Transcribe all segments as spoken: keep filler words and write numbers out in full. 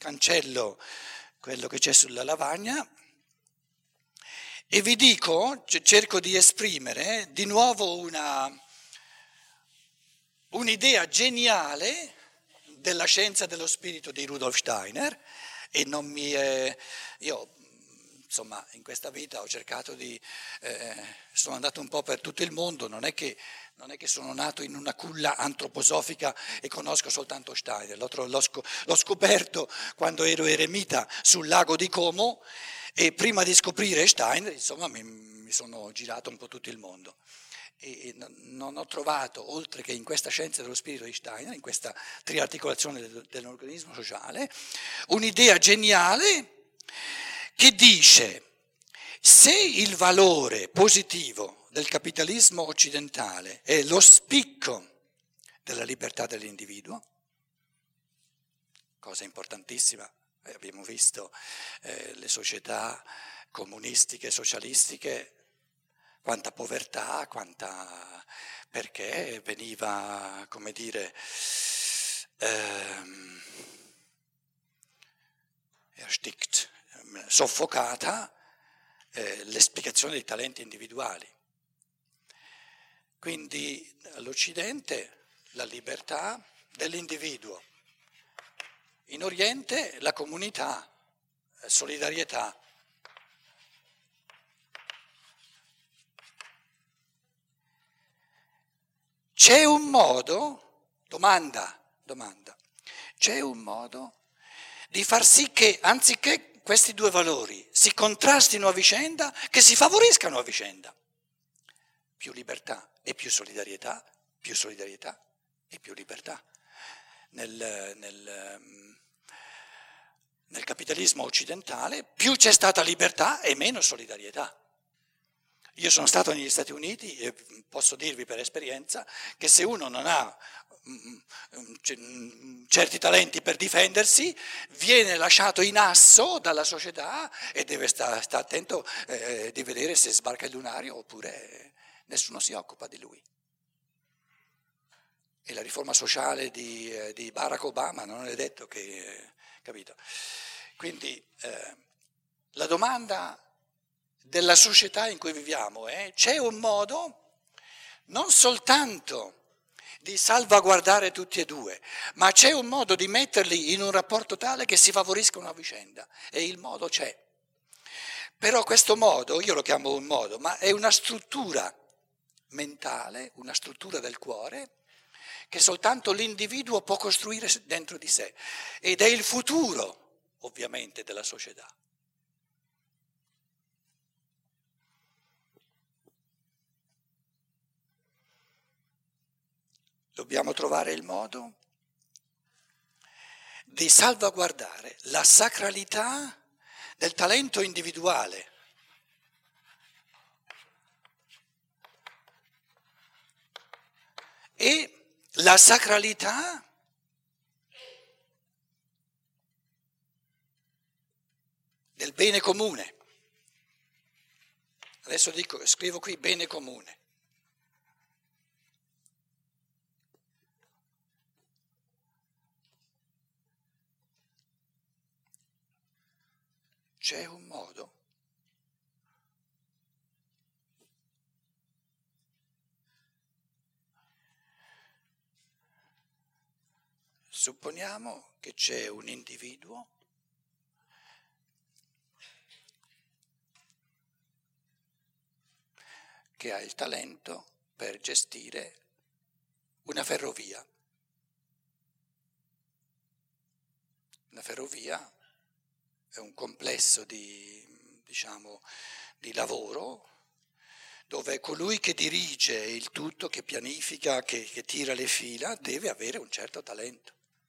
cancello quello che c'è sulla lavagna e vi dico, cerco di esprimere di nuovo una, un'idea geniale della scienza dello spirito di Rudolf Steiner, e non mi è, io insomma in questa vita ho cercato di, eh, sono andato un po' per tutto il mondo, non è che, non è che sono nato in una culla antroposofica e conosco soltanto Steiner, l'ho, l'ho, l'ho scoperto quando ero eremita sul lago di Como e prima di scoprire Steiner insomma mi, mi sono girato un po' tutto il mondo. E non ho trovato, oltre che in questa scienza dello spirito di Steiner, in questa triarticolazione dell'organismo sociale, un'idea geniale che dice: se il valore positivo del capitalismo occidentale è lo spicco della libertà dell'individuo, cosa importantissima, abbiamo visto eh, le società comunistiche, socialistiche, quanta povertà, quanta, perché veniva, come dire, ehm, erstickt, soffocata eh, l'esplicazione dei talenti individuali. Quindi all'Occidente la libertà dell'individuo, in Oriente la comunità, solidarietà. C'è un modo, domanda, domanda, c'è un modo di far sì che, anziché questi due valori si contrastino a vicenda, che si favoriscano a vicenda. Più libertà e più solidarietà, più solidarietà e più libertà. Nel, nel, nel capitalismo occidentale più c'è stata libertà e meno solidarietà. Io sono stato negli Stati Uniti e posso dirvi per esperienza che se uno non ha certi talenti per difendersi, viene lasciato in asso dalla società e deve stare sta attento eh, di vedere se sbarca il lunario oppure nessuno si occupa di lui. E la riforma sociale di, eh, di Barack Obama non è detto che, eh, capito? Quindi eh, la domanda della società in cui viviamo è: c'è un modo non soltanto di salvaguardare tutti e due, ma c'è un modo di metterli in un rapporto tale che si favoriscono a vicenda, e il modo c'è. Però questo modo, io lo chiamo un modo, ma è una struttura mentale, una struttura del cuore, che soltanto l'individuo può costruire dentro di sé, ed è il futuro, ovviamente, della società. Dobbiamo trovare il modo di salvaguardare la sacralità del talento individuale e la sacralità del bene comune. Adesso dico, scrivo qui bene comune. C'è un modo supponiamo che c'è un individuo che ha il talento per gestire una ferrovia. Una ferrovia è un complesso di, diciamo, di lavoro dove colui che dirige il tutto, che pianifica, che, che tira le fila, deve avere un certo talento.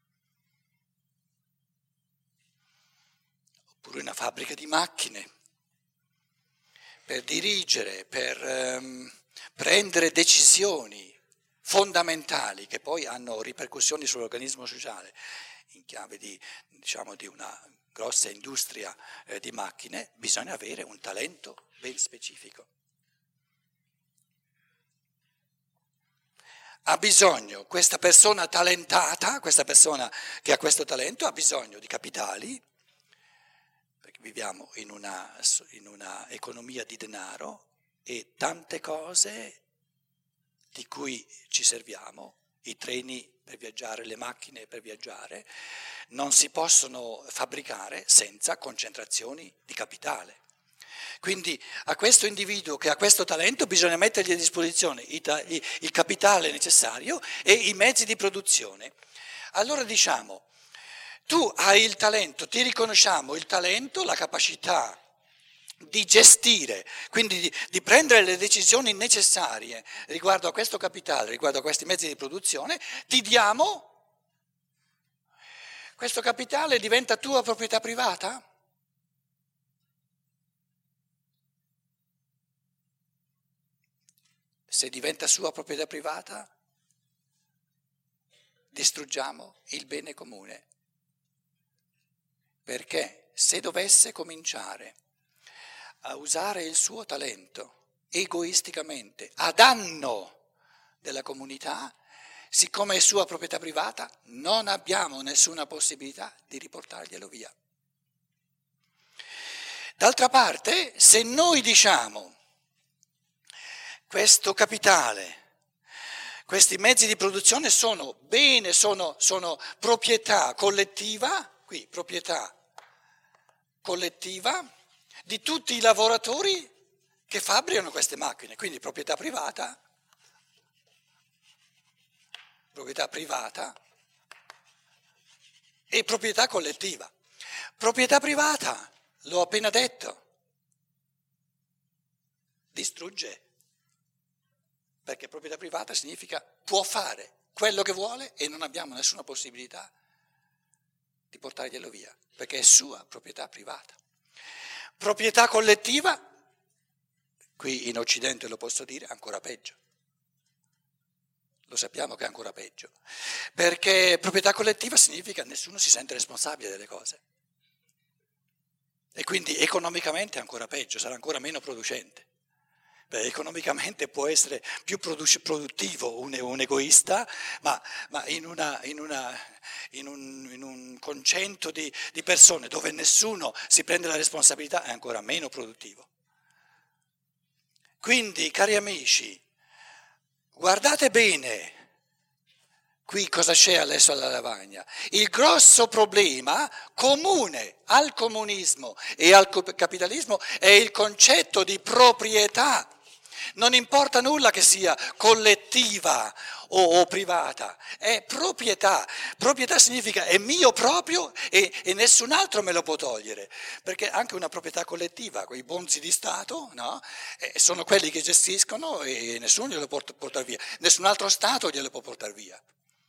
Oppure una fabbrica di macchine. Per dirigere, per ehm, prendere decisioni fondamentali che poi hanno ripercussioni sull'organismo sociale, in chiave di, diciamo, di una grossa industria eh, di macchine, bisogna avere un talento ben specifico. ha bisogno, questa persona talentata, questa persona che ha questo talento ha bisogno di capitali, perché viviamo in una, in una economia di denaro e tante cose di cui ci serviamo, i treni per viaggiare, le macchine per viaggiare, non si possono fabbricare senza concentrazioni di capitale. Quindi a questo individuo che ha questo talento bisogna mettergli a disposizione il capitale necessario e i mezzi di produzione. Allora diciamo, tu hai il talento, ti riconosciamo il talento, la capacità di gestire, quindi di, di prendere le decisioni necessarie riguardo a questo capitale, riguardo a questi mezzi di produzione, ti diamo, questo capitale diventa tua proprietà privata? Se diventa sua proprietà privata, distruggiamo il bene comune. Perché se dovesse cominciare a usare il suo talento egoisticamente a danno della comunità, siccome è sua proprietà privata, non abbiamo nessuna possibilità di riportarglielo via. D'altra parte, se noi diciamo questo capitale, questi mezzi di produzione sono bene, sono, sono proprietà collettiva, qui proprietà collettiva di tutti i lavoratori che fabbricano queste macchine, quindi proprietà privata, proprietà privata e proprietà collettiva. Proprietà privata, l'ho appena detto, distrugge. Perché proprietà privata significa può fare quello che vuole e non abbiamo nessuna possibilità di portarglielo via, perché è sua proprietà privata. Proprietà collettiva, qui in Occidente lo posso dire, ancora peggio. Lo sappiamo che è ancora peggio, perché proprietà collettiva significa che nessuno si sente responsabile delle cose. E quindi economicamente è ancora peggio, sarà ancora meno producente. Beh, economicamente può essere più produc- produttivo un, un egoista, ma, ma in, una, in, una, in, un, in un concetto di, di persone dove nessuno si prende la responsabilità è ancora meno produttivo. Quindi, cari amici, guardate bene qui cosa c'è adesso alla lavagna. Il grosso problema comune al comunismo e al capitalismo è il concetto di proprietà. Non importa nulla che sia collettiva o, o privata, è proprietà. Proprietà significa è mio proprio e, e nessun altro me lo può togliere, perché anche una proprietà collettiva, quei bonzi di Stato, no? eh, sono quelli che gestiscono e nessuno glielo può portare via, nessun altro Stato glielo può portare via.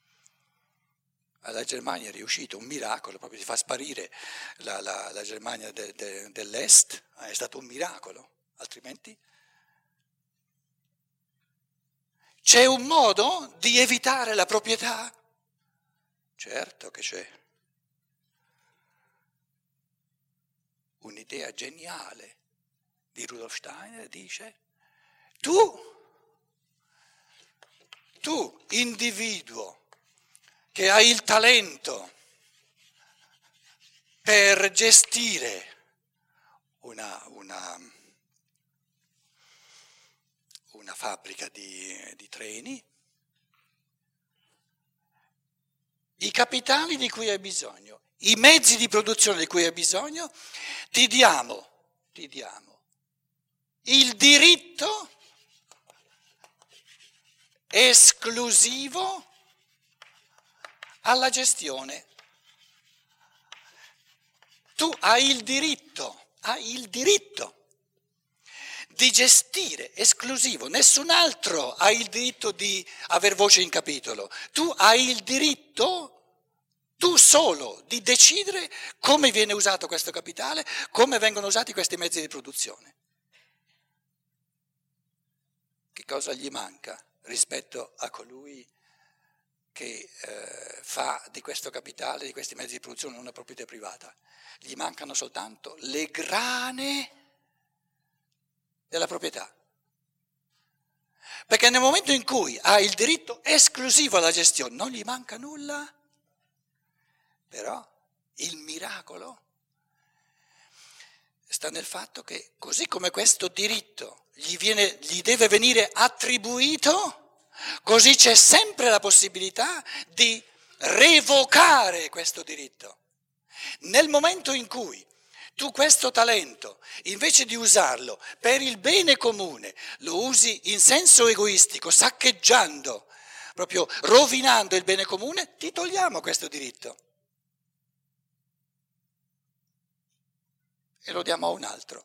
Alla Germania è riuscito un miracolo proprio di far sparire la, la, la Germania de, de, dell'Est, è stato un miracolo, altrimenti... C'è un modo di evitare la proprietà? Certo che c'è. Un'idea geniale di Rudolf Steiner dice, tu, tu individuo che hai il talento per gestire una... una una fabbrica di, di treni, i capitali di cui hai bisogno, i mezzi di produzione di cui hai bisogno, ti diamo, ti diamo il diritto esclusivo alla gestione. Tu hai il diritto, hai il diritto di gestire esclusivo, nessun altro ha il diritto di aver voce in capitolo, tu hai il diritto, tu solo, di decidere come viene usato questo capitale, come vengono usati questi mezzi di produzione. Che cosa gli manca rispetto a colui che eh, fa di questo capitale, di questi mezzi di produzione una proprietà privata? Gli mancano soltanto le grane della proprietà. Perché nel momento in cui ha il diritto esclusivo alla gestione, non gli manca nulla, però il miracolo sta nel fatto che così come questo diritto gli, viene, gli deve venire attribuito, così c'è sempre la possibilità di revocare questo diritto. Nel momento in cui tu questo talento, invece di usarlo per il bene comune, lo usi in senso egoistico, saccheggiando, proprio rovinando il bene comune, ti togliamo questo diritto e lo diamo a un altro.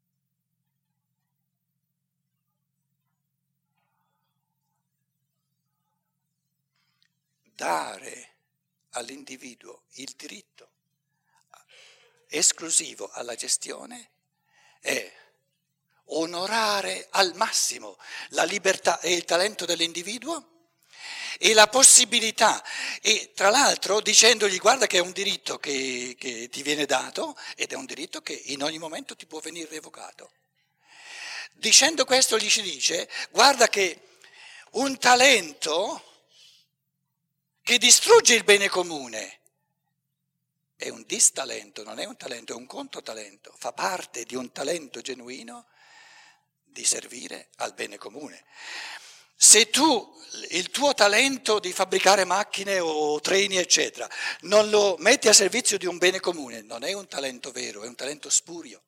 Dare all'individuo il diritto esclusivo alla gestione è onorare al massimo la libertà e il talento dell'individuo e la possibilità, e tra l'altro dicendogli guarda che è un diritto che, che ti viene dato ed è un diritto che in ogni momento ti può venire revocato. Dicendo questo gli si dice guarda che un talento che distrugge il bene comune è un distalento, non è un talento, è un controtalento, fa parte di un talento genuino di servire al bene comune. Se tu il tuo talento di fabbricare macchine o treni, eccetera, non lo metti a servizio di un bene comune, non è un talento vero, è un talento spurio.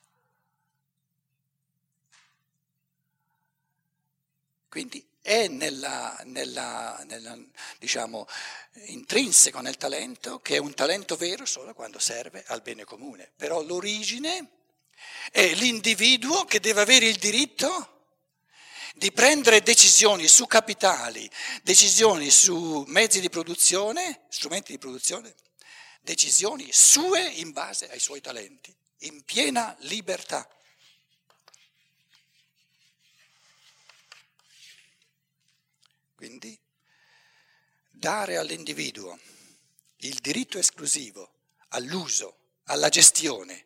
Quindi è nella, nella, nella, diciamo, intrinseco nel talento che è un talento vero solo quando serve al bene comune. Però l'origine è l'individuo che deve avere il diritto di prendere decisioni su capitali, decisioni su mezzi di produzione, strumenti di produzione, decisioni sue in base ai suoi talenti, in piena libertà. Quindi dare all'individuo il diritto esclusivo all'uso, alla gestione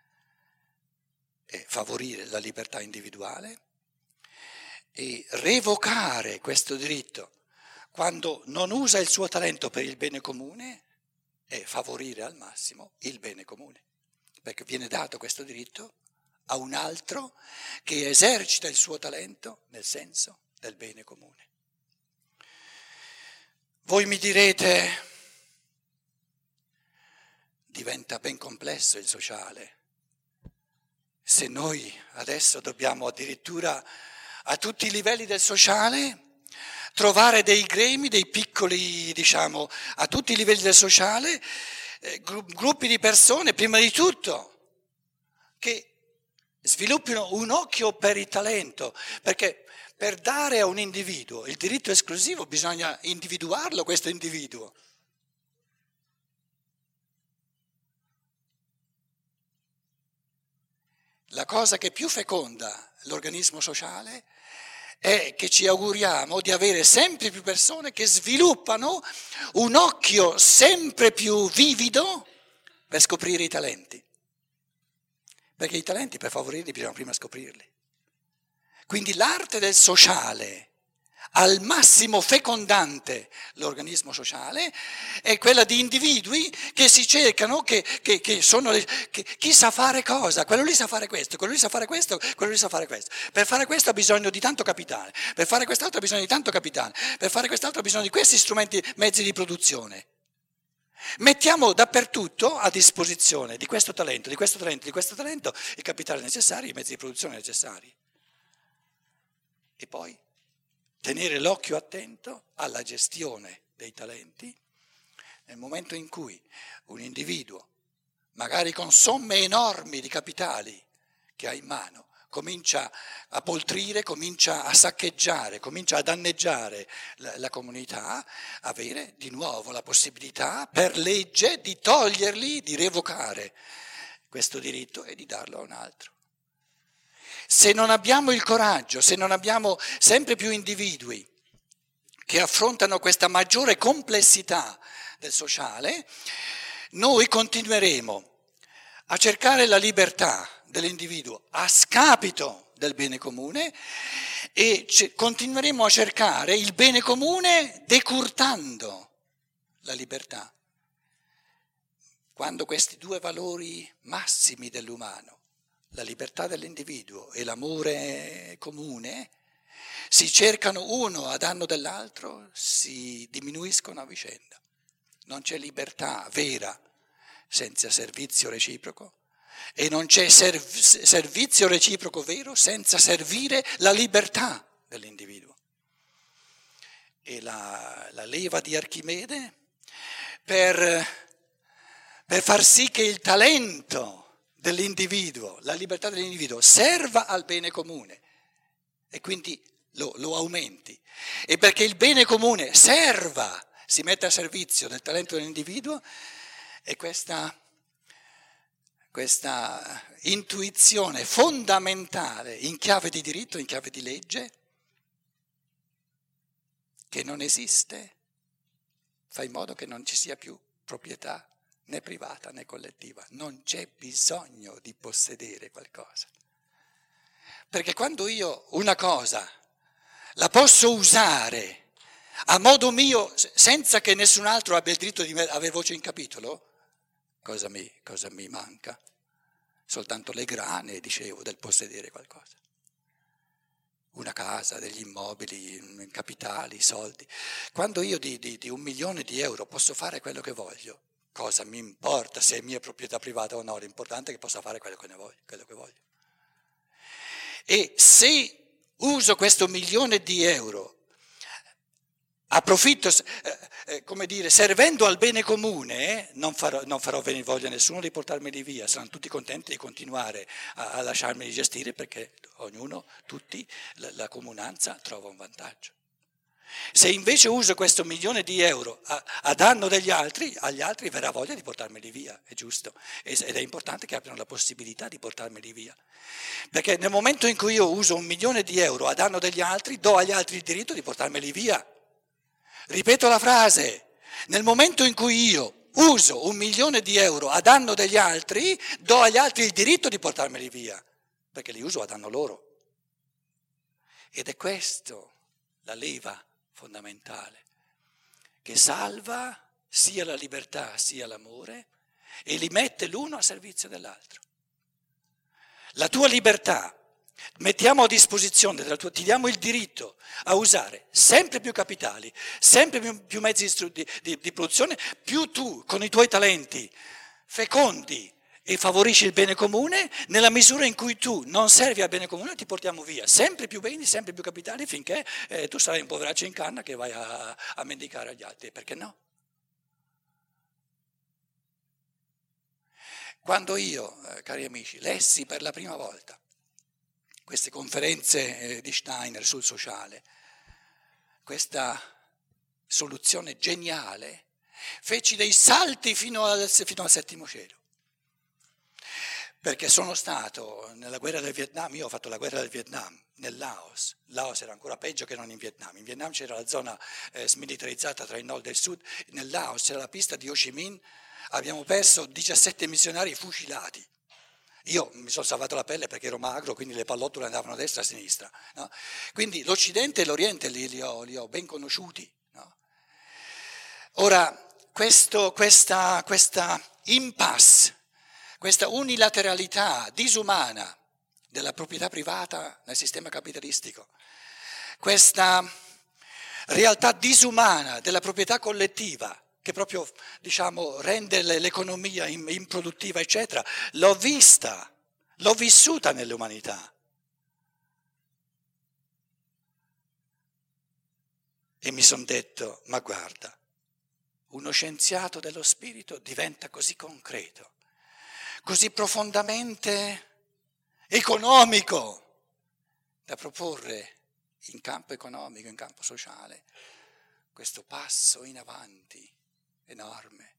e favorire la libertà individuale e revocare questo diritto quando non usa il suo talento per il bene comune e favorire al massimo il bene comune, perché viene dato questo diritto a un altro che esercita il suo talento nel senso del bene comune. Voi mi direte, diventa ben complesso il sociale, se noi adesso dobbiamo addirittura a tutti i livelli del sociale trovare dei gremi, dei piccoli, diciamo, a tutti i livelli del sociale, eh, gruppi di persone, prima di tutto, che sviluppino un occhio per il talento, perché per dare a un individuo il diritto esclusivo bisogna individuarlo, questo individuo. La cosa che più feconda l'organismo sociale è che ci auguriamo di avere sempre più persone che sviluppano un occhio sempre più vivido per scoprire i talenti. Perché i talenti per favorirli bisogna prima scoprirli. Quindi l'arte del sociale, al massimo fecondante l'organismo sociale, è quella di individui che si cercano, che, che, che sono, che, chi sa fare cosa, quello lì sa fare questo, quello lì sa fare questo, quello lì sa fare questo. Per fare questo ha bisogno di tanto capitale, per fare quest'altro ha bisogno di tanto capitale, per fare quest'altro ha bisogno di questi strumenti, mezzi di produzione. Mettiamo dappertutto a disposizione di questo talento, di questo talento, di questo talento, il capitale necessario, i mezzi di produzione necessari. E poi tenere l'occhio attento alla gestione dei talenti nel momento in cui un individuo, magari con somme enormi di capitali che ha in mano, comincia a poltrire, comincia a saccheggiare, comincia a danneggiare la, la comunità, avere di nuovo la possibilità per legge di toglierli, di revocare questo diritto e di darlo a un altro. Se non abbiamo il coraggio, se non abbiamo sempre più individui che affrontano questa maggiore complessità del sociale, noi continueremo a cercare la libertà dell'individuo a scapito del bene comune e c- continueremo a cercare il bene comune decurtando la libertà. Quando questi due valori massimi dell'umano, la libertà dell'individuo e l'amore comune, si cercano uno a danno dell'altro, si diminuiscono a vicenda. Non c'è libertà vera senza servizio reciproco e non c'è serv- servizio reciproco vero senza servire la libertà dell'individuo. E la, la leva di Archimede per, per far sì che il talento dell'individuo, la libertà dell'individuo serva al bene comune e quindi lo, lo aumenti. E perché il bene comune serva, si mette a servizio del talento dell'individuo, e questa, questa intuizione fondamentale in chiave di diritto, in chiave di legge, che non esiste, fa in modo che non ci sia più proprietà né privata né collettiva. Non c'è bisogno di possedere qualcosa. Perché quando io una cosa la posso usare a modo mio, senza che nessun altro abbia il diritto di avere voce in capitolo, cosa mi, cosa mi manca? Soltanto le grane, dicevo, del possedere qualcosa. Una casa, degli immobili, capitali, soldi. Quando io di, di, di un milione di euro posso fare quello che voglio, cosa mi importa se è mia proprietà privata o no? L'importante è che possa fare quello che ne voglio, quello che voglio. E se uso questo milione di euro, approfitto, eh, eh, come dire, servendo al bene comune, eh, non, farò, non farò venire voglia a nessuno di portarmeli via, saranno tutti contenti di continuare a, a lasciarmeli gestire perché ognuno, tutti, la, la comunanza trova un vantaggio. Se invece uso questo milione di euro a, a danno degli altri, agli altri verrà voglia di portarmeli via, è giusto, ed è importante che abbiano la possibilità di portarmeli via. Perché nel momento in cui io uso un milione di euro a danno degli altri, do agli altri il diritto di portarmeli via. Ripeto la frase, nel momento in cui io uso un milione di euro a danno degli altri, do agli altri il diritto di portarmeli via, perché li uso a danno loro. Ed è questo la leva fondamentale, che salva sia la libertà sia l'amore e li mette l'uno a servizio dell'altro. La tua libertà, mettiamo a disposizione della tua, ti diamo il diritto a usare sempre più capitali, sempre più, più mezzi di, di, di produzione, più tu con i tuoi talenti fecondi e favorisci il bene comune, nella misura in cui tu non servi al bene comune ti portiamo via sempre più beni, sempre più capitali, finché eh, tu sarai un poveraccio in canna che vai a, a mendicare agli altri. Perché no? Quando io, eh, cari amici, lessi per la prima volta queste conferenze eh, di Steiner sul sociale, questa soluzione geniale, feci dei salti fino al, fino al settimo cielo. Perché sono stato nella guerra del Vietnam, io ho fatto la guerra del Vietnam, nel Laos. Laos era ancora peggio che non in Vietnam. In Vietnam c'era la zona eh, smilitarizzata tra il nord e il sud, nel Laos c'era la pista di Ho Chi Minh, abbiamo perso diciassette missionari fucilati. Io mi sono salvato la pelle perché ero magro, quindi le pallottole andavano a destra e a sinistra. No? Quindi l'Occidente e l'Oriente li, li, ho, li ho ben conosciuti. No? Ora, questo, questa, questa impasse, questa unilateralità disumana della proprietà privata nel sistema capitalistico, questa realtà disumana della proprietà collettiva, che proprio, diciamo, rende l'economia improduttiva, eccetera, l'ho vista, l'ho vissuta nell'umanità. E mi sono detto, ma guarda, uno scienziato dello spirito diventa così concreto, così profondamente economico, da proporre in campo economico, in campo sociale, questo passo in avanti enorme,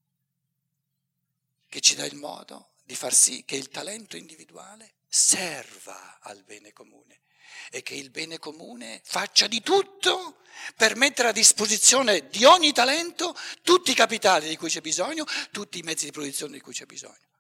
che ci dà il modo di far sì che il talento individuale serva al bene comune e che il bene comune faccia di tutto per mettere a disposizione di ogni talento tutti i capitali di cui c'è bisogno, tutti i mezzi di produzione di cui c'è bisogno.